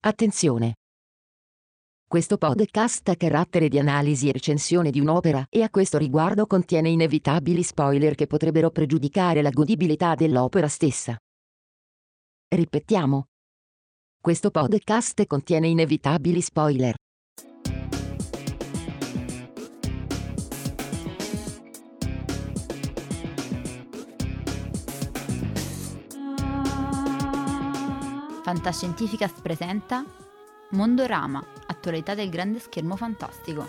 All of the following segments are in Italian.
Attenzione! Questo podcast ha carattere di analisi e recensione di un'opera e a questo riguardo contiene inevitabili spoiler che potrebbero pregiudicare la godibilità dell'opera stessa. Ripetiamo. Questo podcast contiene inevitabili spoiler. Fantascientificast presenta Mondorama, attualità del grande schermo fantastico.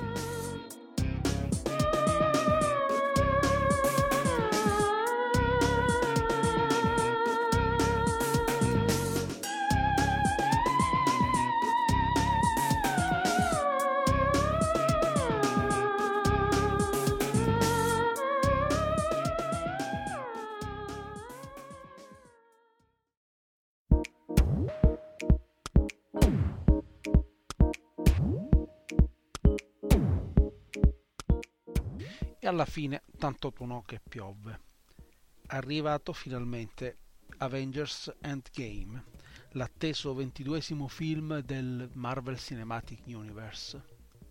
E alla fine tanto tuonò che piovve. Arrivato finalmente Avengers Endgame, l'atteso 22esimo film del Marvel Cinematic Universe.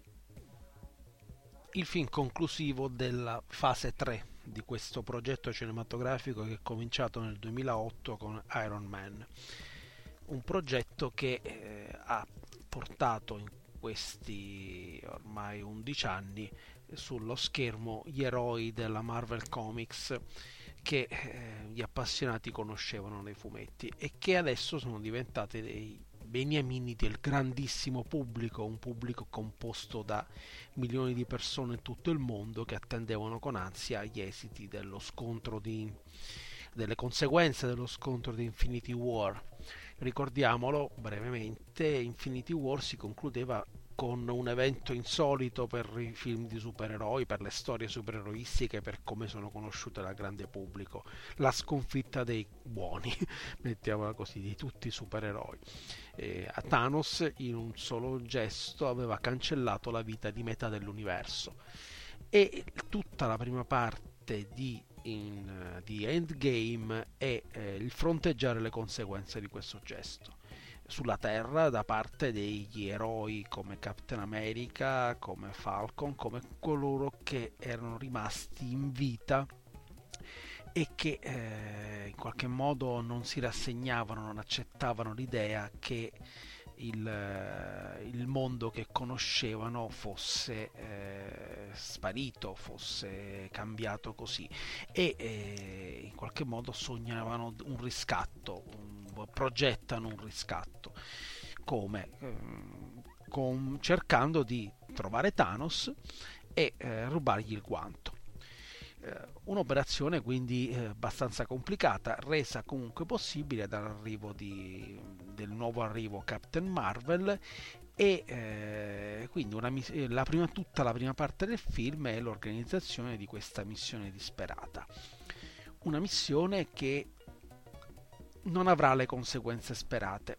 Il film conclusivo della fase 3 di questo progetto cinematografico che è cominciato nel 2008 con Iron Man. Un progetto che ha portato in questi ormai 11 anni sullo schermo gli eroi della Marvel Comics che gli appassionati conoscevano nei fumetti e che adesso sono diventati dei beniamini del grandissimo pubblico, un pubblico composto da milioni di persone in tutto il mondo che attendevano con ansia gli esiti delle conseguenze dello scontro di Infinity War. Ricordiamolo brevemente, Infinity War si concludeva con un evento insolito per i film di supereroi, per le storie supereroistiche, per come sono conosciute dal grande pubblico, la sconfitta dei buoni, mettiamola così, di tutti i supereroi. A Thanos in un solo gesto aveva cancellato la vita di metà dell'universo e tutta la prima parte di Endgame è il fronteggiare le conseguenze di questo gesto sulla Terra da parte degli eroi come Captain America, come Falcon, come coloro che erano rimasti in vita e che in qualche modo non si rassegnavano, non accettavano l'idea che il mondo che conoscevano fosse sparito, fosse cambiato così e in qualche modo sognavano un riscatto, progettano un riscatto come cercando di trovare Thanos e rubargli il guanto. Un'operazione quindi abbastanza complicata, resa comunque possibile dall'arrivo del nuovo arrivo Captain Marvel e quindi tutta la prima parte del film è l'organizzazione di questa missione disperata, una missione che non avrà le conseguenze sperate.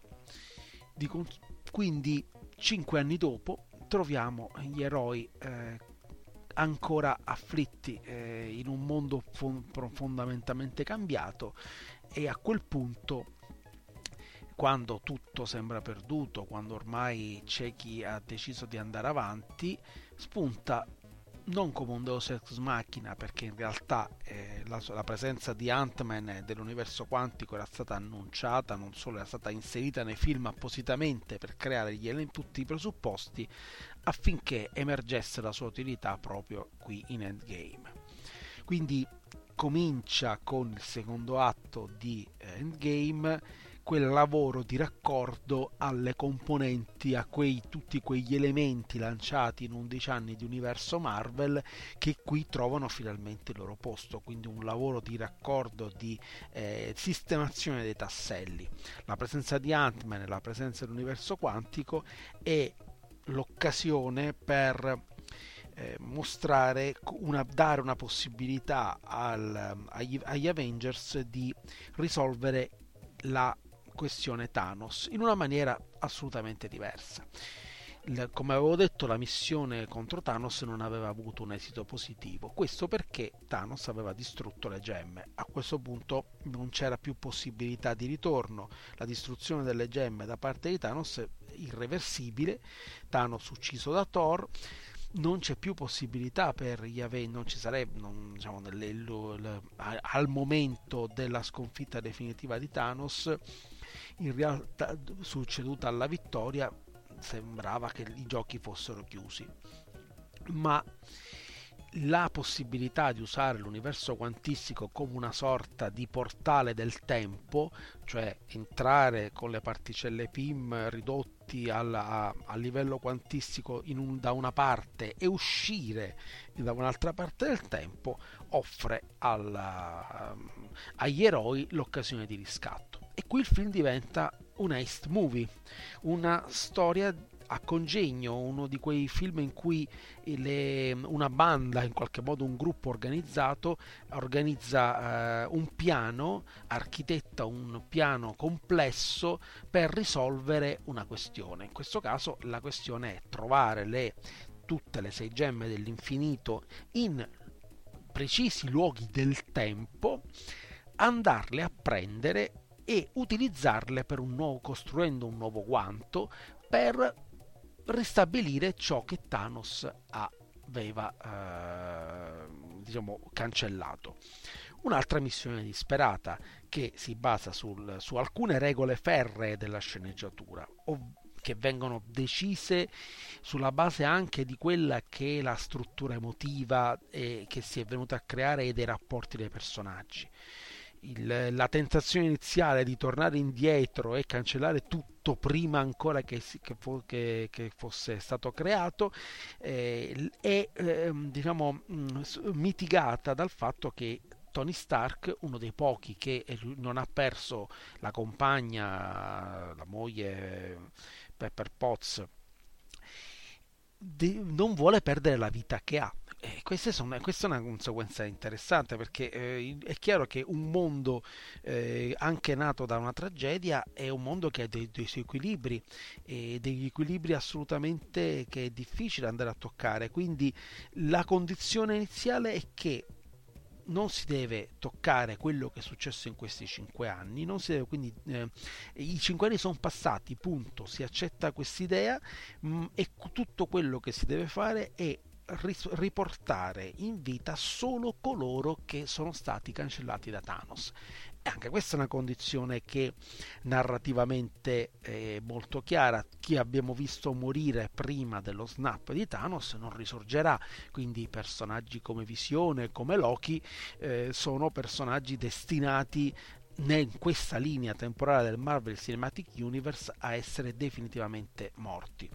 Quindi 5 anni dopo troviamo gli eroi ancora afflitti in un mondo profondamente cambiato e a quel punto, quando tutto sembra perduto, quando ormai c'è chi ha deciso di andare avanti, spunta non come un Deus Ex Machina, perché in realtà la presenza di Ant-Man dell'universo quantico era stata annunciata, non solo era stata inserita nei film appositamente per creare tutti i presupposti affinché emergesse la sua utilità proprio qui in Endgame. Quindi comincia con il secondo atto di Endgame quel lavoro di raccordo alle componenti, a tutti quegli elementi lanciati in 11 anni di universo Marvel che qui trovano finalmente il loro posto, quindi un lavoro di raccordo, di sistemazione dei tasselli. La presenza di Ant-Man e la presenza dell'universo quantico è l'occasione per dare una possibilità agli Avengers di risolvere la questione Thanos in una maniera assolutamente diversa. come avevo detto, la missione contro Thanos non aveva avuto un esito positivo. Questo perché Thanos aveva distrutto le gemme. A questo punto non c'era più possibilità di ritorno. La distruzione delle gemme da parte di Thanos è irreversibile. Thanos ucciso da Thor. Non c'è più possibilità per gli Avengers, non ci sarebbe, diciamo, al momento della sconfitta definitiva di Thanos, in realtà succeduta alla vittoria, sembrava che i giochi fossero chiusi, ma la possibilità di usare l'universo quantistico come una sorta di portale del tempo, cioè entrare con le particelle PIM ridotti a livello quantistico da una parte e uscire da un'altra parte del tempo, offre agli eroi l'occasione di riscatto. E qui il film diventa un heist movie, una storia a congegno, uno di quei film in cui una banda, in qualche modo un gruppo organizzato, organizza un piano, architetta un piano complesso per risolvere una questione. In questo caso la questione è trovare tutte le 6 gemme dell'infinito in precisi luoghi del tempo, andarle a prendere e utilizzarle costruendo un nuovo guanto per ristabilire ciò che Thanos aveva cancellato. Un'altra missione disperata che si basa su alcune regole ferree della sceneggiatura, che vengono decise sulla base anche di quella che è la struttura emotiva che si è venuta a creare e dei rapporti dei personaggi. La tentazione iniziale di tornare indietro e cancellare tutto prima ancora che fosse stato creato è mitigata dal fatto che Tony Stark, uno dei pochi che non ha perso la compagna, la moglie Pepper Potts, non vuole perdere la vita che ha. Questa è una conseguenza interessante, perché è chiaro che un mondo anche nato da una tragedia è un mondo che ha dei suoi equilibri, e degli equilibri assolutamente che è difficile andare a toccare. Quindi la condizione iniziale è che non si deve toccare quello che è successo in questi 5 anni, non si deve, quindi i 5 anni sono passati, punto, si accetta quest'idea, e tutto quello che si deve fare è riportare in vita solo coloro che sono stati cancellati da Thanos. E anche questa è una condizione che narrativamente è molto chiara. Chi abbiamo visto morire prima dello snap di Thanos non risorgerà, quindi personaggi come Visione, come Loki, sono personaggi destinati in questa linea temporale del Marvel Cinematic Universe a essere definitivamente morti,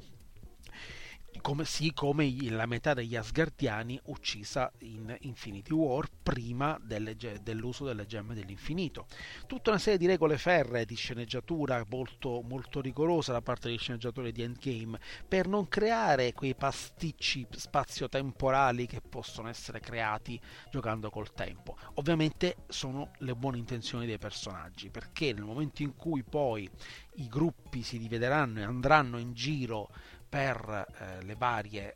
come la metà degli Asgardiani uccisa in Infinity War prima dell'uso delle gemme dell'infinito. Tutta una serie di regole ferree di sceneggiatura molto, molto rigorosa da parte dei sceneggiatori di Endgame, per non creare quei pasticci spazio-temporali che possono essere creati giocando col tempo. Ovviamente sono le buone intenzioni dei personaggi, perché nel momento in cui poi i gruppi si divideranno e andranno in giro per le varie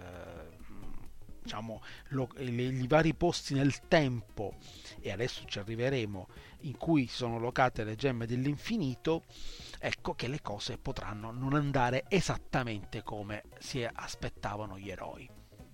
i vari posti nel tempo, e adesso ci arriveremo, in cui sono locate le gemme dell'infinito, ecco che le cose potranno non andare esattamente come si aspettavano gli eroi.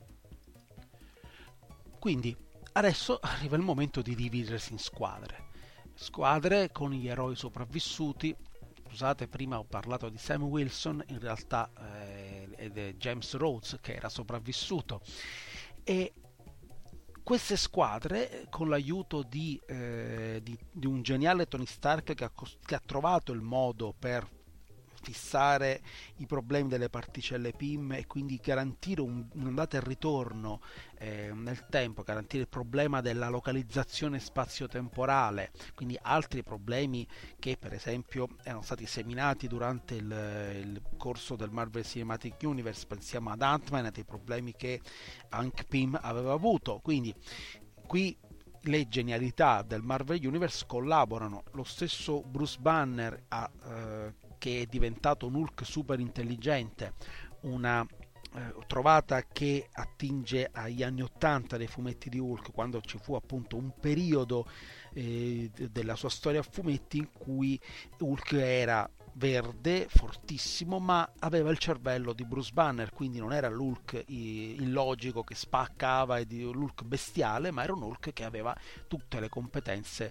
Quindi adesso arriva il momento di dividersi in squadre con gli eroi sopravvissuti. Scusate, prima ho parlato di Sam Wilson, in realtà ed è James Rhodes che era sopravvissuto, e queste squadre, con l'aiuto di un geniale Tony Stark che ha trovato il modo per fissare i problemi delle particelle PIM e quindi garantire un'andata e ritorno nel tempo, garantire il problema della localizzazione spazio-temporale, quindi altri problemi che per esempio erano stati seminati durante il corso del Marvel Cinematic Universe. Pensiamo ad Ant-Man e ai problemi che Hank Pym aveva avuto. Quindi qui le genialità del Marvel Universe collaborano. Lo stesso Bruce Banner che è diventato un Hulk super intelligente, una trovata che attinge agli anni 80 dei fumetti di Hulk, quando ci fu appunto un periodo della sua storia a fumetti in cui Hulk era verde, fortissimo, ma aveva il cervello di Bruce Banner, quindi non era l'Hulk illogico che spaccava e l'Hulk bestiale, ma era un Hulk che aveva tutte le competenze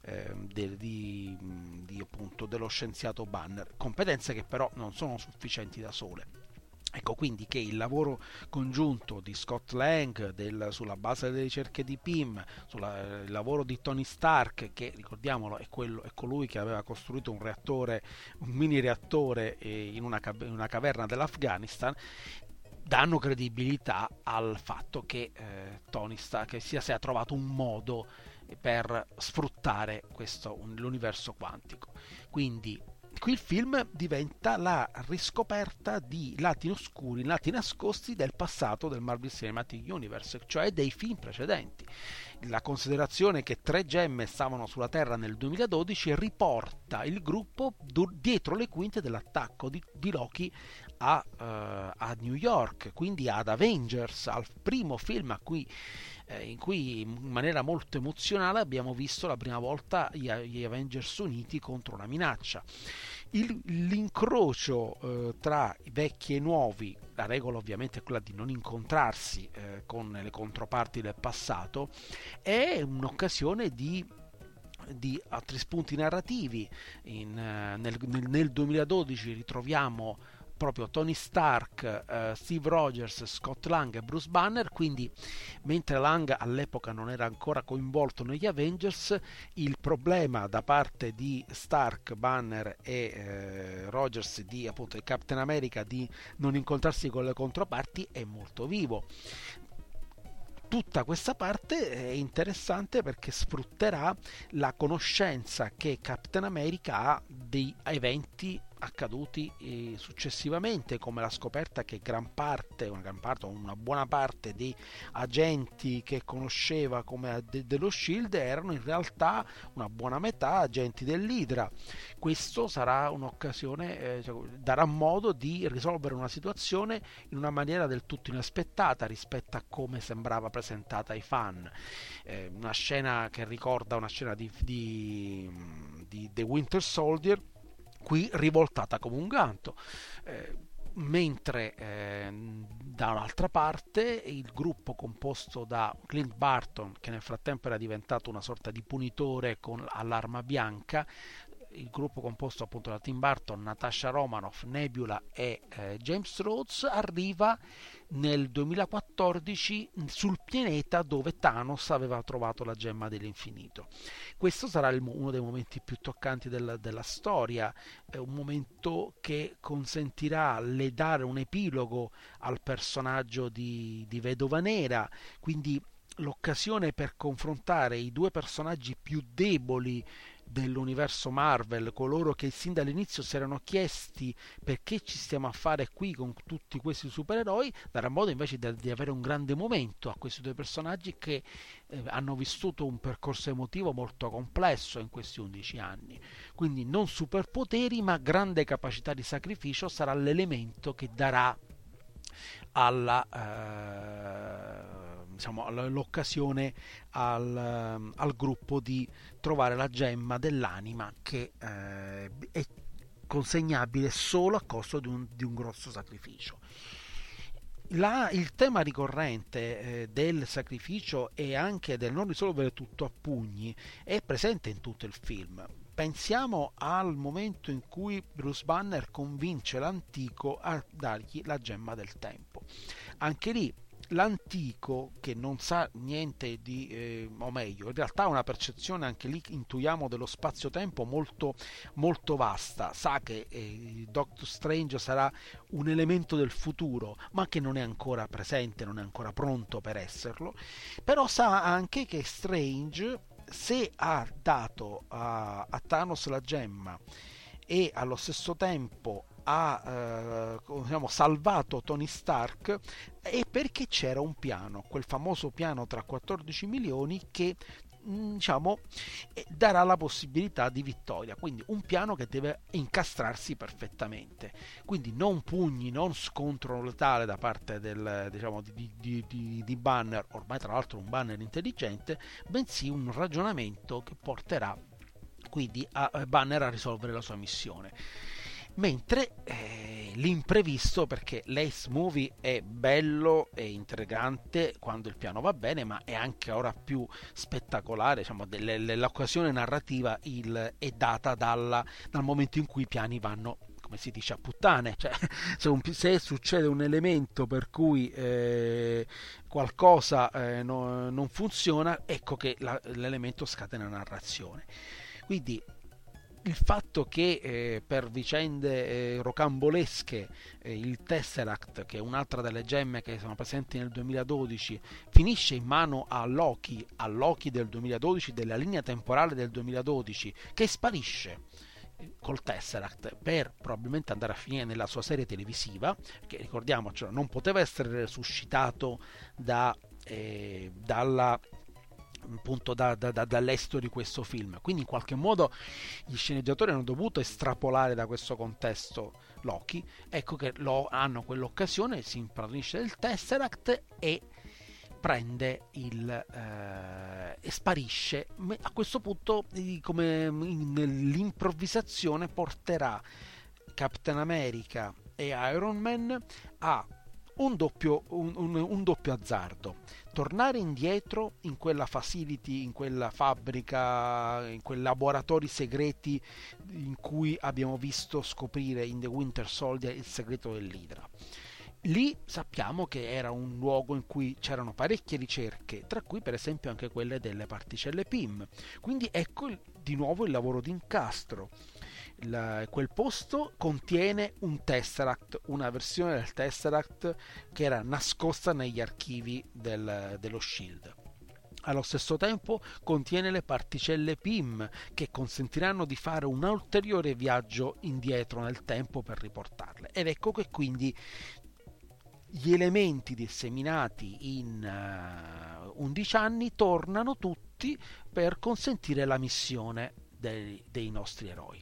appunto dello scienziato Banner, competenze che però non sono sufficienti da sole. Ecco quindi che il lavoro congiunto di Scott Lang sulla base delle ricerche di Pym, il lavoro di Tony Stark, che ricordiamolo è colui che aveva costruito un mini reattore in una caverna dell'Afghanistan, danno credibilità al fatto che Tony Stark sia trovato un modo per sfruttare l'universo quantico. Quindi qui il film diventa la riscoperta di lati oscuri, lati nascosti del passato del Marvel Cinematic Universe, cioè dei film precedenti. La considerazione che 3 gemme stavano sulla Terra nel 2012 riporta il gruppo dietro le quinte dell'attacco di Loki a New York, quindi ad Avengers, al primo film in cui in maniera molto emozionale abbiamo visto la prima volta gli Avengers uniti contro una minaccia. L'incrocio tra i vecchi e i nuovi, la regola ovviamente è quella di non incontrarsi con le controparti del passato, è un'occasione di altri spunti narrativi. Nel 2012 ritroviamo proprio Tony Stark, Steve Rogers, Scott Lang e Bruce Banner, quindi mentre Lang all'epoca non era ancora coinvolto negli Avengers, il problema da parte di Stark, Banner e Rogers, di appunto di Captain America, di non incontrarsi con le controparti è molto vivo. Tutta questa parte è interessante perché sfrutterà la conoscenza che Captain America ha dei eventi accaduti successivamente, come la scoperta che una buona parte dei agenti che conosceva come dello Shield erano in realtà una buona metà agenti dell'Hydra. Questo sarà un'occasione, darà modo di risolvere una situazione in una maniera del tutto inaspettata rispetto a come sembrava presentata ai fan. Una scena che ricorda una scena di The Winter Soldier, qui rivoltata come un ganto, mentre da un'altra parte il gruppo composto da Clint Barton, che nel frattempo era diventato una sorta di punitore all'arma bianca, il gruppo composto appunto da Tim Burton, Natasha Romanoff, Nebula e James Rhodes, arriva nel 2014 sul pianeta dove Thanos aveva trovato la gemma dell'infinito. Questo sarà uno dei momenti più toccanti della storia, un momento che consentirà di dare un epilogo al personaggio di Vedova Nera, quindi l'occasione per confrontare i due personaggi più deboli dell'universo Marvel, coloro che sin dall'inizio si erano chiesti perché ci stiamo a fare qui con tutti questi supereroi, darà modo invece di avere un grande momento a questi due personaggi che hanno vissuto un percorso emotivo molto complesso in questi 11 anni. Quindi non superpoteri, ma grande capacità di sacrificio sarà l'elemento che darà l'occasione al gruppo di trovare la gemma dell'anima, che è consegnabile solo a costo di un grosso sacrificio. Il tema ricorrente del sacrificio e anche del non risolvere tutto a pugni è presente in tutto il film. Pensiamo al momento in cui Bruce Banner convince l'antico a dargli la gemma del tempo. Anche lì l'antico, che non sa niente o meglio, in realtà ha una percezione, anche lì intuiamo, dello spazio-tempo molto, molto vasta, sa che Doctor Strange sarà un elemento del futuro, ma che non è ancora presente, non è ancora pronto per esserlo, però sa anche che Strange, se ha dato a Thanos la gemma e allo stesso tempo ha salvato Tony Stark, è perché c'era un piano, quel famoso piano tra 14 milioni che diciamo, darà la possibilità di vittoria. Quindi un piano che deve incastrarsi perfettamente, quindi non pugni, non scontro letale da parte del, diciamo, di Banner, ormai tra l'altro un Banner intelligente, bensì un ragionamento che porterà quindi a Banner a risolvere la sua missione. Mentre l'imprevisto, perché l'Ace Movie è bello e intrigante quando il piano va bene, ma è anche ora più spettacolare, diciamo, l'occasione narrativa è data dal momento in cui i piani vanno, come si dice, a puttane. Cioè, se succede un elemento per cui qualcosa non funziona, ecco che l'elemento scatena narrazione. Quindi il fatto che per vicende rocambolesche il Tesseract, che è un'altra delle gemme che sono presenti nel 2012, finisce in mano a Loki del 2012, della linea temporale del 2012, che sparisce col Tesseract per probabilmente andare a finire nella sua serie televisiva, che ricordiamocelo non poteva essere resuscitato dall'esito di questo film, quindi in qualche modo gli sceneggiatori hanno dovuto estrapolare da questo contesto Loki. Ecco che hanno quell'occasione, si impadronisce del Tesseract e prende e sparisce. A questo punto, come nell'improvvisazione, porterà Captain America e Iron Man a un doppio azzardo: tornare indietro in quella facility, in quella fabbrica, in quei laboratori segreti in cui abbiamo visto scoprire in The Winter Soldier il segreto dell'Idra. Lì sappiamo che era un luogo in cui c'erano parecchie ricerche, tra cui per esempio anche quelle delle particelle PIM. Quindi ecco di nuovo il lavoro di incastro. Quel posto contiene un Tesseract, una versione del Tesseract che era nascosta negli archivi dello Shield. Allo stesso tempo contiene le particelle PIM che consentiranno di fare un ulteriore viaggio indietro nel tempo per riportarle. Ed ecco che quindi gli elementi disseminati in 11 anni tornano tutti per consentire la missione dei nostri eroi.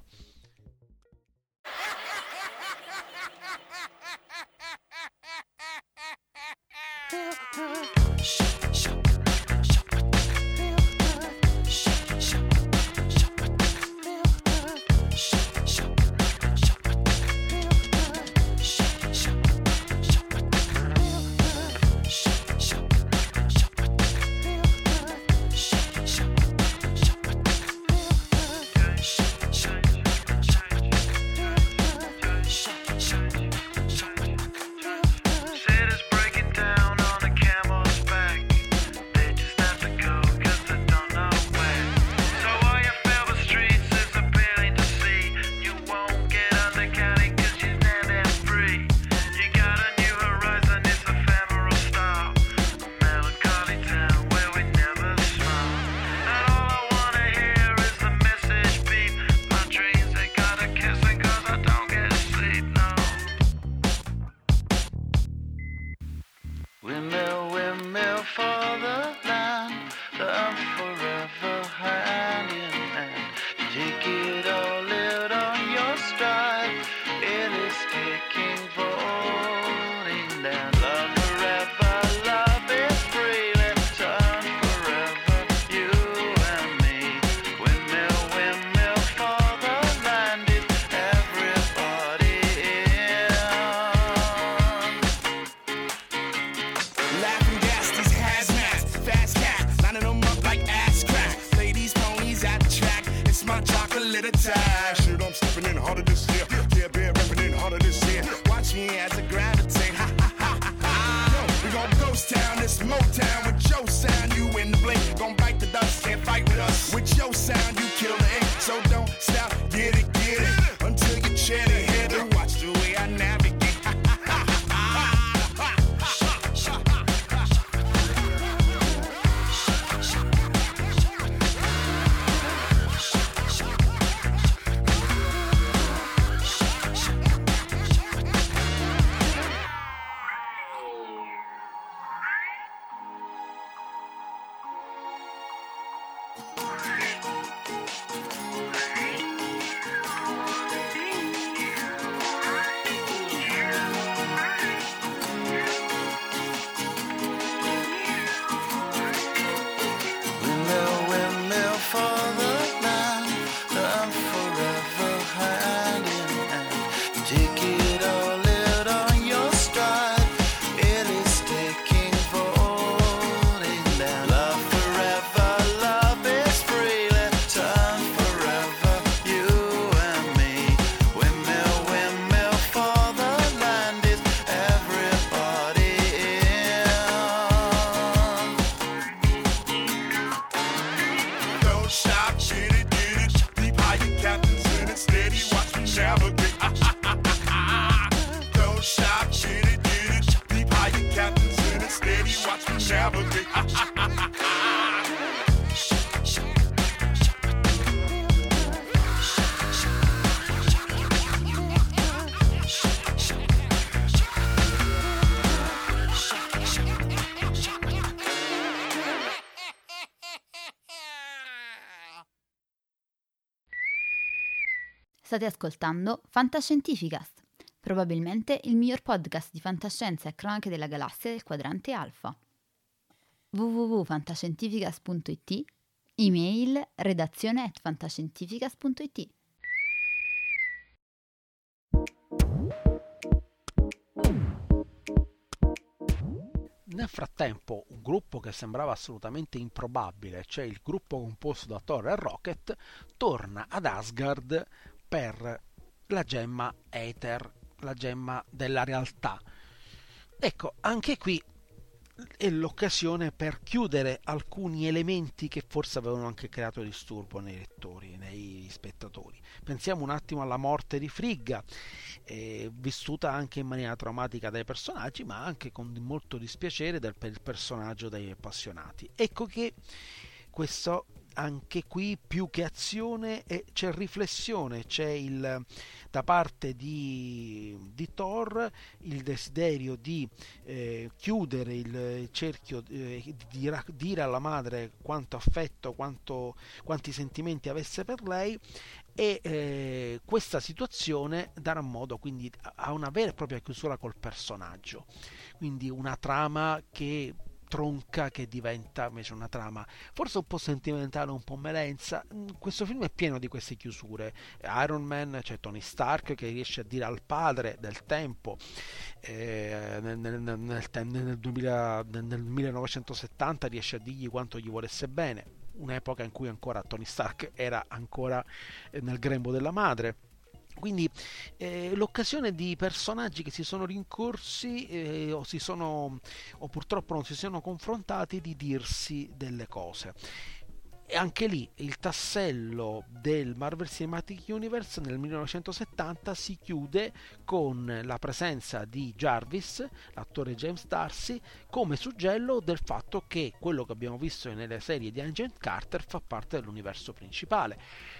State ascoltando Fantascientificast, probabilmente il miglior podcast di fantascienza e cronache della galassia del quadrante alfa. www.fantascientificast.it, email redazione@fantascientificast.it. Nel frattempo, un gruppo che sembrava assolutamente improbabile, cioè il gruppo composto da Thor e Rocket, torna ad Asgard per la gemma Aether, la gemma della realtà. Ecco, anche qui è l'occasione per chiudere alcuni elementi che forse avevano anche creato disturbo nei lettori, nei spettatori. Pensiamo un attimo alla morte di Frigga, vissuta anche in maniera traumatica dai personaggi, ma anche con molto dispiacere per il personaggio dei appassionati. Ecco che questo, anche qui, più che azione, c'è riflessione, c'è da parte di Thor il desiderio di chiudere il cerchio, di dire alla madre quanto affetto, quanti sentimenti avesse per lei, e questa situazione darà modo quindi a una vera e propria chiusura col personaggio, quindi una trama che tronca, che diventa invece una trama forse un po' sentimentale, un po' melenza. Questo film è pieno di queste chiusure. Iron Man, c'è Tony Stark che riesce a dire al padre del tempo nel 1970 riesce a dirgli quanto gli volesse bene, un'epoca in cui ancora Tony Stark era ancora nel grembo della madre. Quindi l'occasione di personaggi che si sono rincorsi o purtroppo non si sono confrontati, di dirsi delle cose. E anche lì il tassello del Marvel Cinematic Universe nel 1970 si chiude con la presenza di Jarvis, l'attore James D'Arcy, come suggello del fatto che quello che abbiamo visto nelle serie di Agent Carter fa parte dell'universo principale.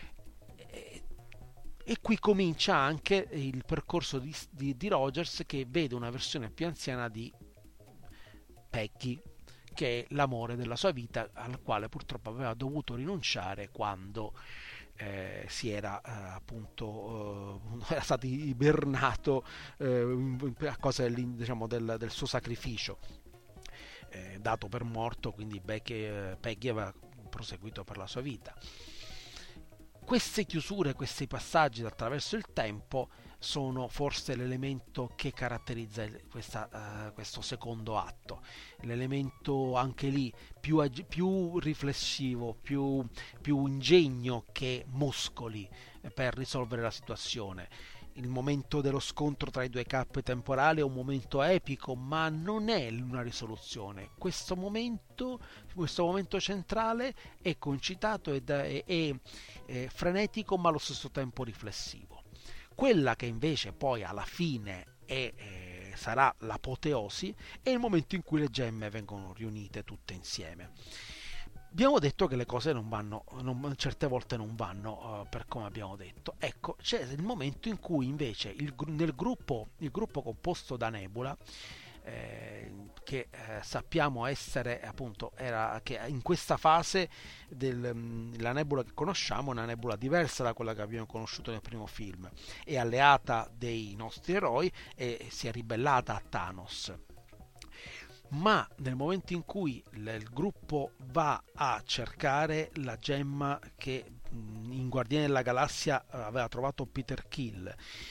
E qui comincia anche il percorso di Rogers, che vede una versione più anziana di Peggy, che è l'amore della sua vita, al quale purtroppo aveva dovuto rinunciare quando si era era stato ibernato a causa del suo sacrificio, dato per morto, quindi Peggy aveva proseguito per la sua vita. Queste chiusure, questi passaggi attraverso il tempo sono forse l'elemento che caratterizza questo secondo atto, l'elemento anche lì più riflessivo, più ingegno che muscoli per risolvere la situazione. Il momento dello scontro tra i due cappi temporali è un momento epico, ma non è una risoluzione. Questo momento centrale è concitato e frenetico, ma allo stesso tempo riflessivo. Quella che invece poi alla fine sarà l'apoteosi è il momento in cui le gemme vengono riunite tutte insieme. Abbiamo detto che le cose certe volte non vanno per come abbiamo detto. Ecco, c'è il momento in cui invece il gruppo composto da Nebula, che sappiamo essere appunto, che in questa fase la Nebula che conosciamo è una Nebula diversa da quella che abbiamo conosciuto nel primo film, è alleata dei nostri eroi e si è ribellata a Thanos. Ma nel momento in cui il gruppo va a cercare la gemma che in Guardiani della Galassia aveva trovato Peter Quill,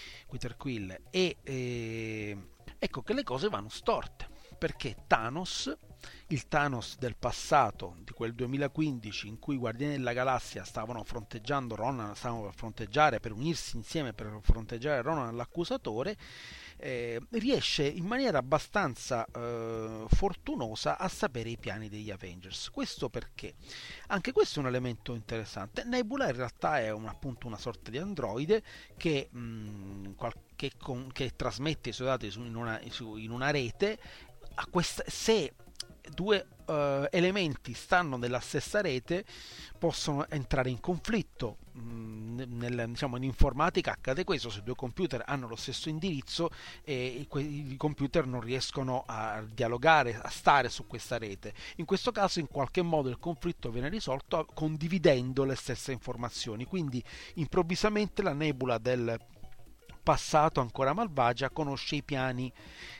e ecco che le cose vanno storte, perché il Thanos del passato, di quel 2015 in cui i Guardiani della Galassia stavano per fronteggiare, per unirsi insieme per fronteggiare Ronan l'accusatore, riesce in maniera abbastanza fortunosa a sapere i piani degli Avengers. Questo perché? Anche questo è un elemento interessante. Nebula in realtà è appunto una sorta di androide che trasmette i suoi dati in una rete. Se elementi stanno nella stessa rete possono entrare in conflitto. Diciamo, in informatica accade questo: se due computer hanno lo stesso indirizzo e i computer non riescono a dialogare, a stare su questa rete. In questo caso in qualche modo il conflitto viene risolto condividendo le stesse informazioni, quindi improvvisamente la nebula del passato ancora malvagia conosce i piani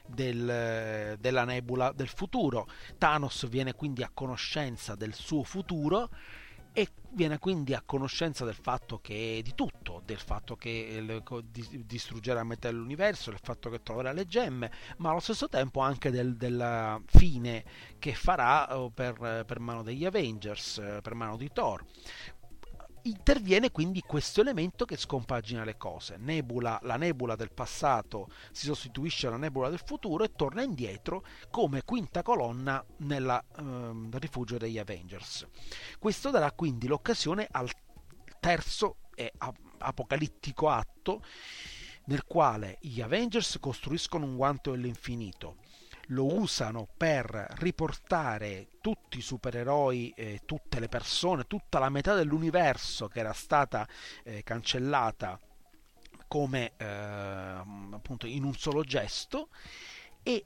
della nebula del futuro. Thanos viene quindi a conoscenza del suo futuro e viene quindi a conoscenza del fatto che di tutto, del fatto che distruggerà metà dell'universo, del fatto che troverà le gemme, ma allo stesso tempo anche della fine che farà per mano degli Avengers, per mano di Thor. Interviene quindi questo elemento che scompagina le cose. La nebula del passato si sostituisce alla nebula del futuro e torna indietro come quinta colonna nel rifugio degli Avengers. Questo darà quindi l'occasione al terzo e apocalittico atto, nel quale gli Avengers costruiscono un guanto dell'infinito, lo usano per riportare tutti i supereroi, tutte le persone, tutta la metà dell'universo che era stata cancellata come appunto in un solo gesto, e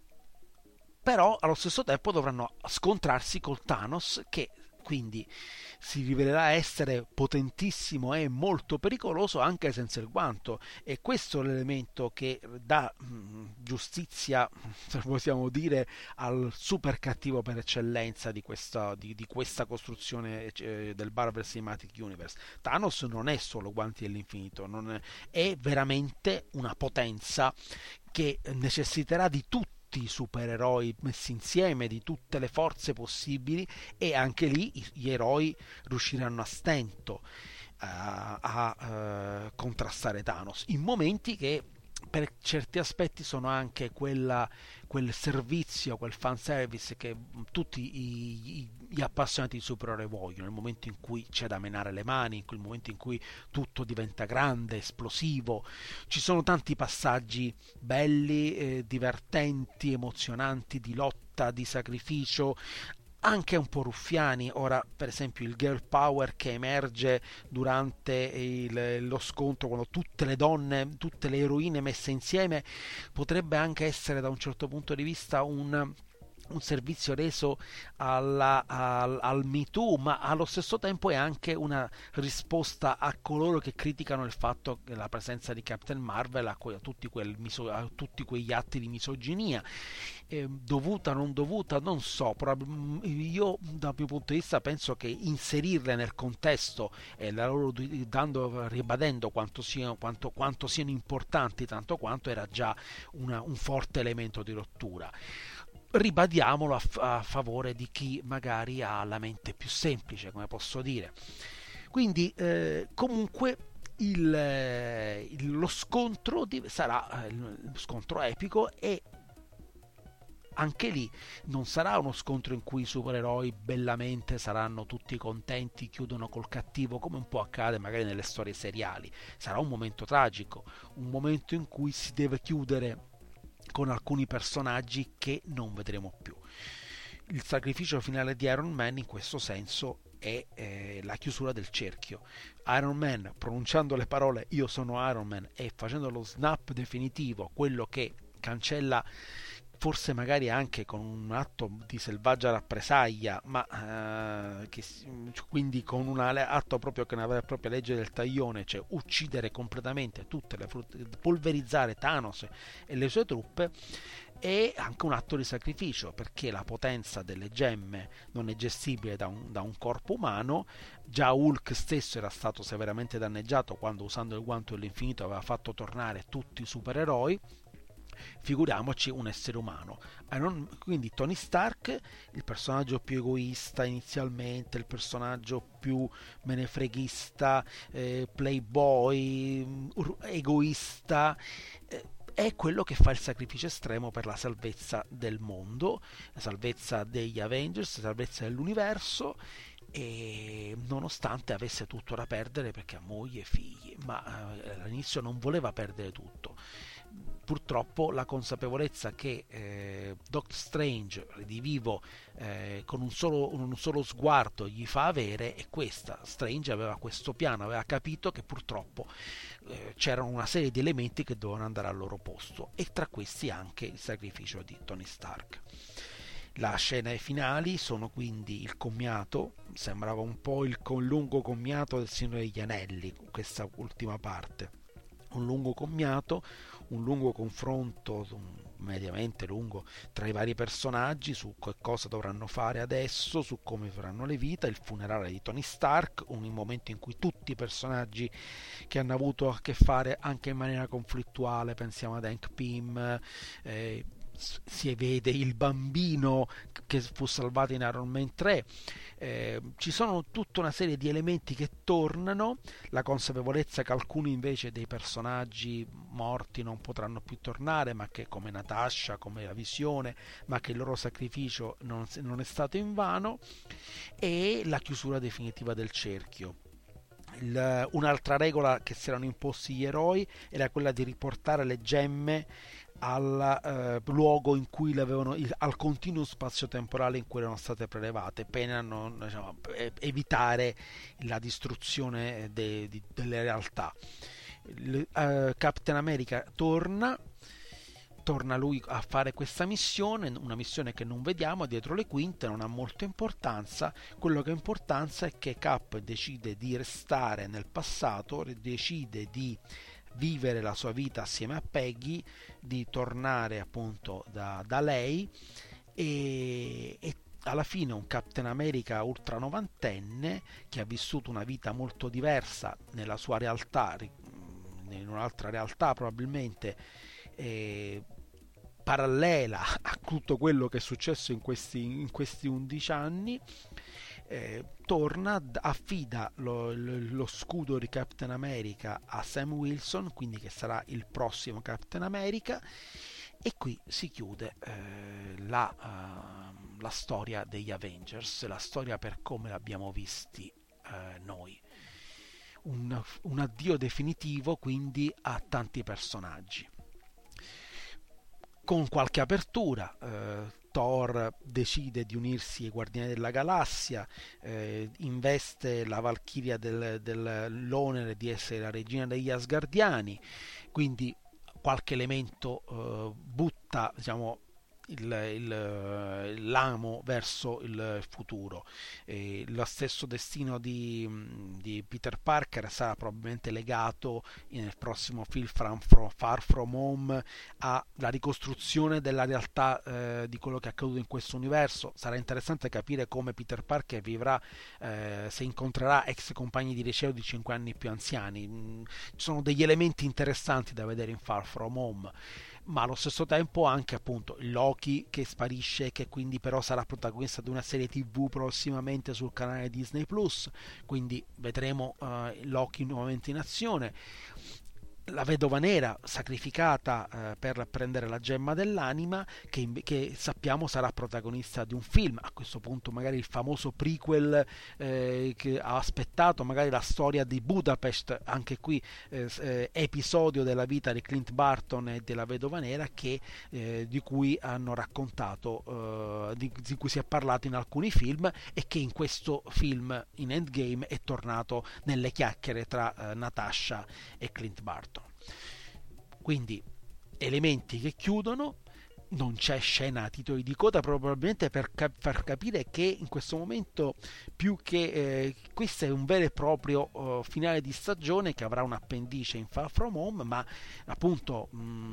però allo stesso tempo dovranno scontrarsi col Thanos, che quindi si rivelerà essere potentissimo e molto pericoloso anche senza il guanto. E questo è l'elemento che dà giustizia, se possiamo dire, al super cattivo per eccellenza di questa costruzione del Marvel Cinematic Universe. Thanos non è solo guanti dell'infinito, è veramente una potenza che necessiterà di tutti i supereroi messi insieme, di tutte le forze possibili, e anche lì gli eroi riusciranno a stento a contrastare Thanos in momenti che per certi aspetti sono anche quel servizio, quel fanservice che tutti gli appassionati di supereroi vogliono, nel momento in cui c'è da menare le mani, in quel momento in cui tutto diventa grande, esplosivo. Ci sono tanti passaggi belli, divertenti, emozionanti, di lotta, di sacrificio, anche un po' ruffiani. Ora, per esempio, il girl power che emerge durante lo scontro, quando tutte le donne, tutte le eroine messe insieme, potrebbe anche essere da un certo punto di vista un servizio reso al Me Too, ma allo stesso tempo è anche una risposta a coloro che criticano il fatto che la presenza di Captain Marvel a tutti quegli atti di misoginia, dovuta o non dovuta, non so. Io dal mio punto di vista penso che inserirle nel contesto e ribadendo quanto siano importanti, tanto quanto era già un forte elemento di rottura. Ribadiamolo a favore di chi magari ha la mente più semplice, come posso dire. Quindi comunque lo scontro sarà lo scontro epico, e anche lì non sarà uno scontro in cui i supereroi bellamente saranno tutti contenti, chiudono col cattivo come un po' accade magari nelle storie seriali. Sarà un momento tragico, un momento in cui si deve chiudere con alcuni personaggi che non vedremo più. Il sacrificio finale di Iron Man in questo senso è la chiusura del cerchio. Iron Man, pronunciando le parole "io sono Iron Man" e facendo lo snap definitivo, quello che cancella, forse magari anche con un atto di selvaggia rappresaglia, ma quindi con un atto proprio che è una vera e propria legge del taglione, cioè uccidere completamente polverizzare Thanos e le sue truppe, è anche un atto di sacrificio, perché la potenza delle gemme non è gestibile da un corpo umano. Già Hulk stesso era stato severamente danneggiato quando, usando il guanto dell'infinito, aveva fatto tornare tutti i supereroi, figuriamoci un essere umano. Quindi Tony Stark, il personaggio più egoista inizialmente, il personaggio più menefreghista, playboy, egoista, è quello che fa il sacrificio estremo per la salvezza del mondo, la salvezza degli Avengers, la salvezza dell'universo, e nonostante avesse tutto da perdere perché ha moglie e figli, ma all'inizio non voleva perdere tutto. purtroppo la consapevolezza che Doctor Strange di vivo con un solo sguardo gli fa avere è questa. Strange aveva questo piano, aveva capito che purtroppo c'erano una serie di elementi che dovevano andare al loro posto, e tra questi anche il sacrificio di Tony Stark. La scena ai finali sono quindi il commiato, sembrava un po' il lungo commiato del Signore degli Anelli, questa ultima parte, un lungo commiato, un lungo confronto mediamente lungo tra i vari personaggi su cosa dovranno fare adesso, su come faranno le vite, il funerale di Tony Stark, un momento in cui tutti i personaggi che hanno avuto a che fare anche in maniera conflittuale, pensiamo ad Hank Pym, si vede il bambino che fu salvato in Iron Man 3, ci sono tutta una serie di elementi che tornano, la consapevolezza che alcuni invece dei personaggi morti non potranno più tornare, ma che come Natasha, come la Visione, ma che il loro sacrificio non è stato invano, e la chiusura definitiva del cerchio. Un'altra regola che si erano imposti gli eroi era quella di riportare le gemme al luogo in cui le avevano, al continuo spazio temporale in cui erano state prelevate, pena non, diciamo, evitare la distruzione delle realtà. Captain America torna lui a fare questa missione, una missione che non vediamo dietro le quinte, non ha molta importanza. Quello che ha importanza è che Cap decide di restare nel passato, decide di vivere la sua vita assieme a Peggy, di tornare appunto da lei, e alla fine un Captain America ultra novantenne che ha vissuto una vita molto diversa nella sua realtà, in un'altra realtà probabilmente parallela a tutto quello che è successo in questi 11 anni, torna, affida lo scudo di Captain America a Sam Wilson, quindi che sarà il prossimo Captain America, e qui si chiude la storia degli Avengers, la storia per come l'abbiamo visti noi. Un addio definitivo quindi a tanti personaggi, con qualche apertura. Thor decide di unirsi ai Guardiani della Galassia, investe la Valchiria dell'onere di essere la regina degli Asgardiani, quindi qualche elemento butta, diciamo, l'amo verso il futuro. Lo stesso destino di Peter Parker sarà probabilmente legato nel prossimo film Far From Home alla ricostruzione della realtà di quello che è accaduto in questo universo. Sarà interessante capire come Peter Parker vivrà, se incontrerà ex compagni di liceo di 5 anni più anziani. Ci sono degli elementi interessanti da vedere in Far From Home, ma allo stesso tempo anche appunto Loki che sparisce, che quindi però sarà protagonista di una serie TV prossimamente sul canale Disney Plus, quindi vedremo Loki nuovamente in azione. La vedova nera sacrificata per prendere la gemma dell'anima, che sappiamo sarà protagonista di un film. A questo punto magari il famoso prequel che ha aspettato, magari la storia di Budapest, anche qui episodio della vita di Clint Barton e della vedova nera, di cui hanno raccontato, di cui si è parlato in alcuni film, e che in questo film in Endgame è tornato nelle chiacchiere tra Natasha e Clint Barton. Quindi elementi che chiudono, non c'è scena a titoli di coda, probabilmente per far capire che in questo momento, più che questo è un vero e proprio finale di stagione che avrà un appendice in Far From Home, ma appunto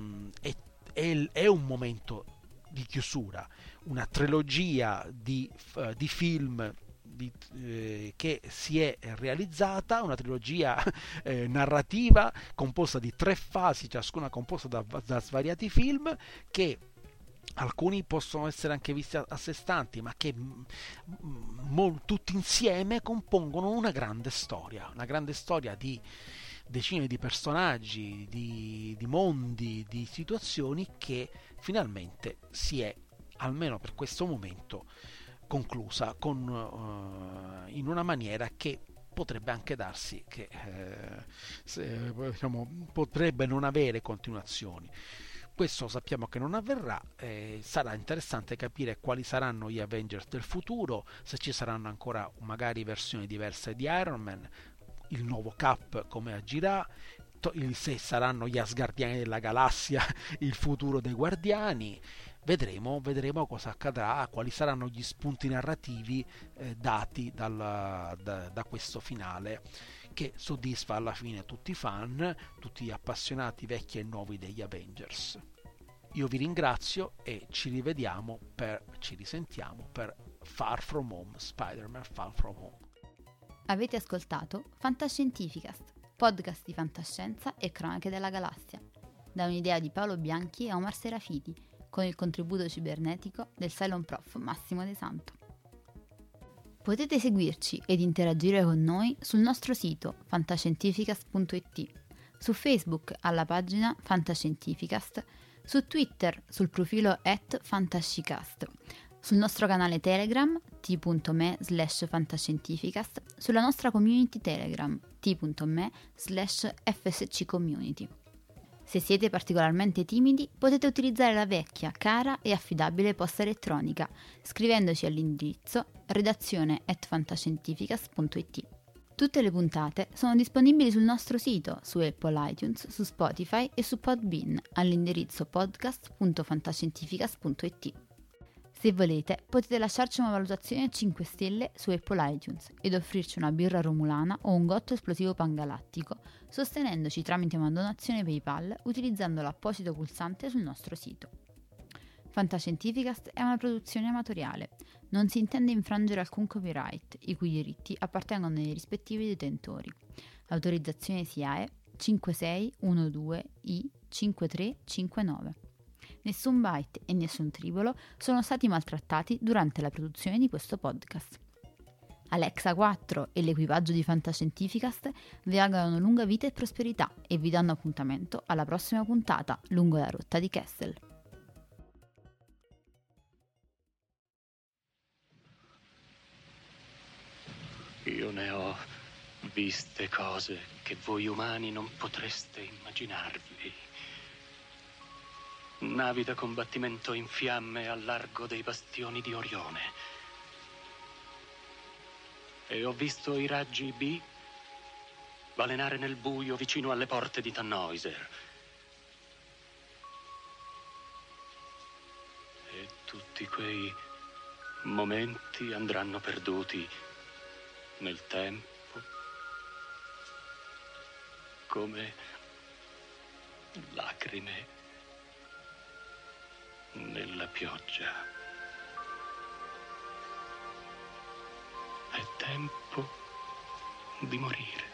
è un momento di chiusura, una trilogia di film che si è realizzata, una trilogia narrativa composta di 3 fasi, ciascuna composta da svariati film, che alcuni possono essere anche visti a sé stanti, ma che tutti insieme compongono una grande storia di decine di personaggi, di mondi, di situazioni, che finalmente si è, almeno per questo momento, conclusa in una maniera che potrebbe anche darsi che diciamo, potrebbe non avere continuazioni. Questo sappiamo che non avverrà, sarà interessante capire quali saranno gli Avengers del futuro, se ci saranno ancora magari versioni diverse di Iron Man, il nuovo Cap come agirà, se saranno gli Asgardiani della galassia il futuro dei Guardiani. Vedremo cosa accadrà, quali saranno gli spunti narrativi dati da questo finale, che soddisfa alla fine tutti i fan, tutti gli appassionati vecchi e nuovi degli Avengers. Io vi ringrazio e ci risentiamo per Far From Home, Spider-Man Far From Home. Avete ascoltato Fantascientificast, podcast di fantascienza e cronache della galassia, da un'idea di Paolo Bianchi e Omar Serafiti, con il contributo cibernetico del Cylon Prof Massimo De Santo. Potete seguirci ed interagire con noi sul nostro sito fantascientificast.it, su Facebook alla pagina Fantascientificast, su Twitter sul profilo @fantascicast, sul nostro canale Telegram t.me/fantascientificast, sulla nostra community Telegram t.me/fsccommunity. Se siete particolarmente timidi, potete utilizzare la vecchia, cara e affidabile posta elettronica, scrivendoci all'indirizzo redazione@fantascientificast.it. Tutte le puntate sono disponibili sul nostro sito, su Apple iTunes, su Spotify e su Podbean, all'indirizzo podcast.fantascientificast.it. Se volete, potete lasciarci una valutazione a 5 stelle su Apple iTunes ed offrirci una birra romulana o un gotto esplosivo pangalattico, sostenendoci tramite una donazione PayPal utilizzando l'apposito pulsante sul nostro sito. Fantascientificast è una produzione amatoriale. Non si intende infrangere alcun copyright, i cui diritti appartengono ai rispettivi detentori. L'autorizzazione SIAE 5612I5359. Nessun byte e nessun tribolo sono stati maltrattati durante la produzione di questo podcast. Alexa 4 e l'equipaggio di Fantascientificast vi augurano lunga vita e prosperità e vi danno appuntamento alla prossima puntata lungo la rotta di Kessel. Io ne ho viste cose che voi umani non potreste immaginarvi. Navi da combattimento in fiamme al largo dei bastioni di Orione. E ho visto i raggi B balenare nel buio vicino alle porte di Tannhäuser. E tutti quei momenti andranno perduti nel tempo, come lacrime nella pioggia. È tempo di morire.